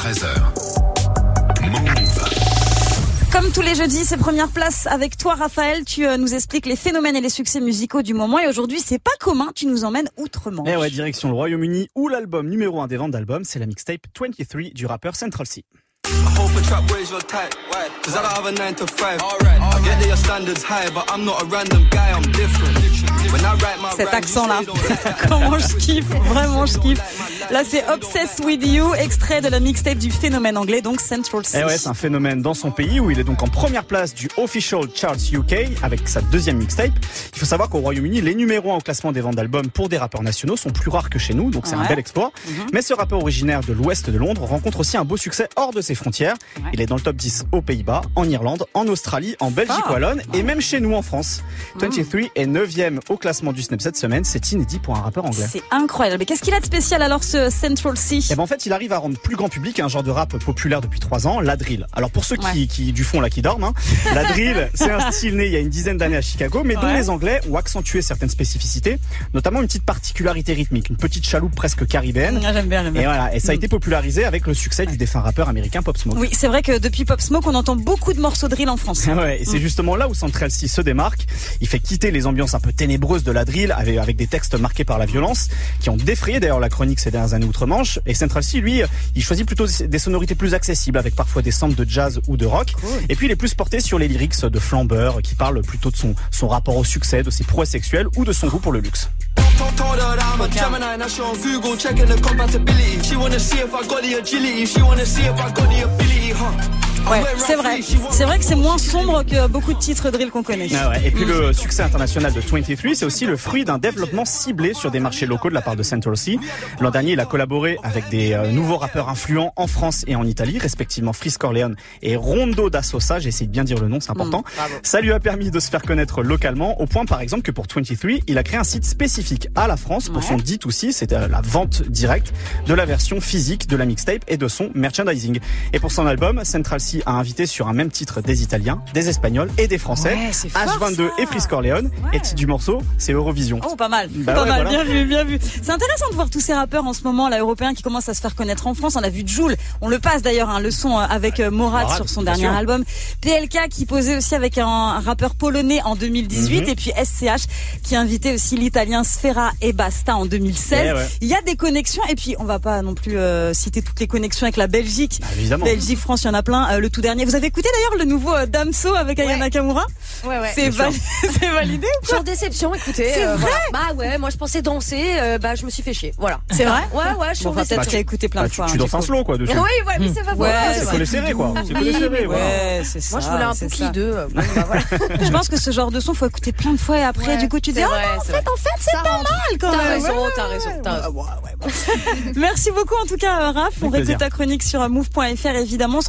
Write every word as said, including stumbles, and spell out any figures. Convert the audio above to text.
treize heures. Move. Comme tous les jeudis, c'est première place avec toi, Raphaël. Tu euh, nous expliques les phénomènes et les succès musicaux du moment. Et aujourd'hui, c'est pas commun. Tu nous emmènes outre-Manche. Eh ouais, direction le Royaume-Uni où l'album numéro un des ventes d'albums, c'est la mixtape vingt-trois du rappeur Central C. Cet accent-là, comment je kiffe, vraiment je kiffe. Là, c'est Obsessed With You, extrait de la mixtape du phénomène anglais, donc Central C. Eh ouais, c'est un phénomène dans son pays où il est donc en première place du Official Charts U K avec sa deuxième mixtape. Il faut savoir qu'au Royaume-Uni, les numéros un au classement des ventes d'albums pour des rappeurs nationaux sont plus rares que chez nous, donc c'est ouais. un bel exploit. Mm-hmm. Mais ce rappeur originaire de l'ouest de Londres rencontre aussi un beau succès hors de ses frontières. Ouais. Il est dans le top dix aux Pays-Bas, en Irlande, en Australie, en Belgique ah. wallonne et même chez nous en France. Mm. vingt-trois est neuvième au classement du Snap cette semaine, c'est inédit pour un rappeur anglais. C'est incroyable. Mais qu'est-ce qu'il a de spécial alors ce Central C? Eh ben en fait, il arrive à rendre plus grand public un genre de rap populaire depuis trois ans, la drill. Alors pour ceux qui, ouais. qui du fond là qui dorment, hein, la drill, c'est un style né il y a une dizaine d'années à Chicago, mais dont ouais. les Anglais ont accentué certaines spécificités, notamment une petite particularité rythmique, une petite chaloupe presque caribéenne. Ah, j'aime bien, j'aime bien. Et voilà, et ça a mmh. été popularisé avec le succès ouais. du défunt rappeur américain Pop Smoke. Oui, c'est vrai que depuis Pop Smoke, on entend beaucoup de morceaux de drill en France. Ouais, et c'est mmh. justement là où Central C se démarque. Il fait quitter les ambiances un peu ténébreuses de la drill avec, avec des textes marqués par la violence, qui ont défrayé d'ailleurs la chronique ces dernières années outre-Manche. Et Central C, lui, il choisit plutôt des sonorités plus accessibles, avec parfois des samples de jazz ou de rock. Cool. Et puis il est plus porté sur les lyrics de flambeur, qui parlent plutôt de son, son rapport au succès, de ses prouesses sexuelles ou de son goût pour le luxe. Ouais, c'est vrai. C'est vrai que c'est moins sombre que beaucoup de titres drill qu'on connaît. Ah ouais. Et puis mmh. le succès international de vingt-trois, c'est aussi le fruit d'un développement ciblé sur des marchés locaux de la part de Central C. L'an dernier, il a collaboré avec des euh, nouveaux rappeurs influents en France et en Italie, respectivement Frisk Orleans et Rondo da Sosa. J'essaie de bien dire le nom, c'est important. Mmh, Ça lui a permis de se faire connaître localement, au point par exemple que pour vingt-trois, il a créé un site spécifique à la France pour ouais. son D deux C, c'était la vente directe de la version physique de la mixtape et de son merchandising. Et pour son album, Central C a invité sur un même titre des Italiens, des Espagnols et des Français, ouais, H vingt-deux ça. et Frisk Orleans. Ouais. Et le titre du morceau, c'est Eurovision. Oh, pas mal, bah pas ouais, mal, voilà. bien vu, bien vu. C'est intéressant de voir tous ces rappeurs en ce moment, là, européens, qui commencent à se faire connaître en France. On a vu Jul, on le passe d'ailleurs, hein, le son avec euh, Morad, Morad sur son dernier sûr. album. P L K qui posait aussi avec un, un rappeur polonais en deux mille dix-huit, mm-hmm. et puis S C H qui invitait aussi l'italien Sfera et Basta en deux mille seize. Ouais. Il y a des connexions, et puis on va pas non plus euh, citer toutes les connexions avec la Belgique. Bah, évidemment. Belgique, France, il y en a plein. Euh, le tout dernier. Vous avez écouté d'ailleurs le nouveau euh, Damso avec Aya ouais. Nakamura? Ouais, ouais. C'est, vali- c'est validé ou quoi? Genre déception, écoutez. C'est euh, vrai voilà. Bah ouais, moi je pensais danser, euh, bah je me suis fait chier. Voilà. C'est vrai? Ouais, ouais, je suis bon, en enfin, déception. Peut-être qu'il a écouté plein bah, de tu, fois. Tu hein, danses un slow, quoi, dessus. Oui, ouais, mais c'est pas ouais, vrai. C'est collé serré, quoi. C'est collé serré, voilà. Ouais, c'est ça. Moi, je voulais un Pouki deux. Euh, bon, bah, voilà. Je pense que ce genre de son, faut écouter plein de fois et après, ouais, du coup, tu dis, oh non, en fait, en fait, c'est pas mal quand t'as même. Raison, ouais, t'as raison, t'as raison, t'as raison. Merci beaucoup, en tout cas, Raph. On réécoute ta chronique sur move point f r, évidemment.